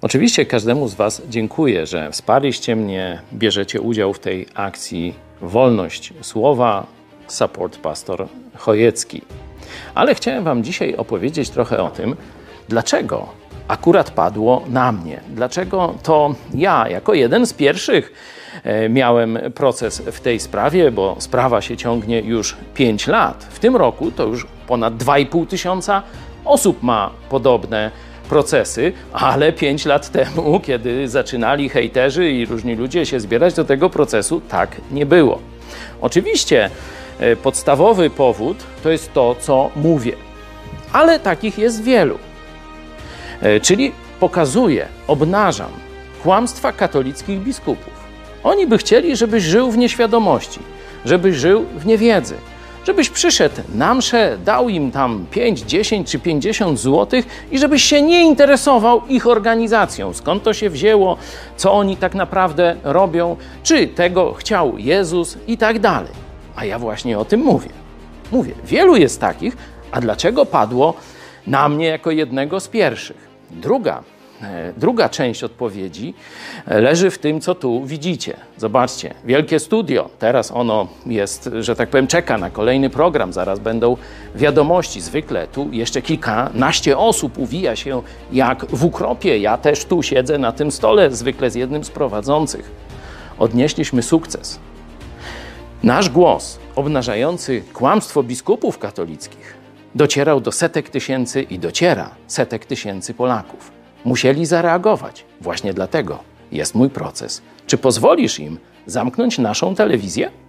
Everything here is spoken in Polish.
Oczywiście każdemu z Was dziękuję, że wsparliście mnie, bierzecie udział w tej akcji Wolność Słowa, Support Pastor Chojecki. Ale chciałem Wam dzisiaj opowiedzieć trochę o tym, dlaczego akurat padło na mnie. Dlaczego to ja, jako jeden z pierwszych, miałem proces w tej sprawie, bo sprawa się ciągnie już 5 lat. W tym roku to już ponad 2,5 tysiąca osób ma podobne procesy, ale 5 lat temu, kiedy zaczynali hejterzy i różni ludzie się zbierać do tego procesu, tak nie było. Oczywiście podstawowy powód to jest to, co mówię, ale takich jest wielu. Czyli pokazuję, obnażam kłamstwa katolickich biskupów. Oni by chcieli, żebyś żył w nieświadomości, żebyś żył w niewiedzy, żebyś przyszedł na mszę, dał im tam 5, 10 czy 50 złotych i żebyś się nie interesował ich organizacją. Skąd to się wzięło, co oni tak naprawdę robią, czy tego chciał Jezus i tak dalej. A ja właśnie o tym mówię. Wielu jest takich, a dlaczego padło na mnie jako jednego z pierwszych? Druga część odpowiedzi leży w tym, co tu widzicie. Zobaczcie, wielkie studio. Teraz ono jest, że tak powiem, czeka na kolejny program. Zaraz będą wiadomości. Zwykle tu jeszcze kilkanaście osób uwija się jak w ukropie. Ja też tu siedzę na tym stole, zwykle z jednym z prowadzących. Odnieśliśmy sukces. Nasz głos obnażający kłamstwo biskupów katolickich docierał do setek tysięcy i dociera setek tysięcy Polaków. Musieli zareagować. Właśnie dlatego jest mój proces. Czy pozwolisz im zamknąć naszą telewizję?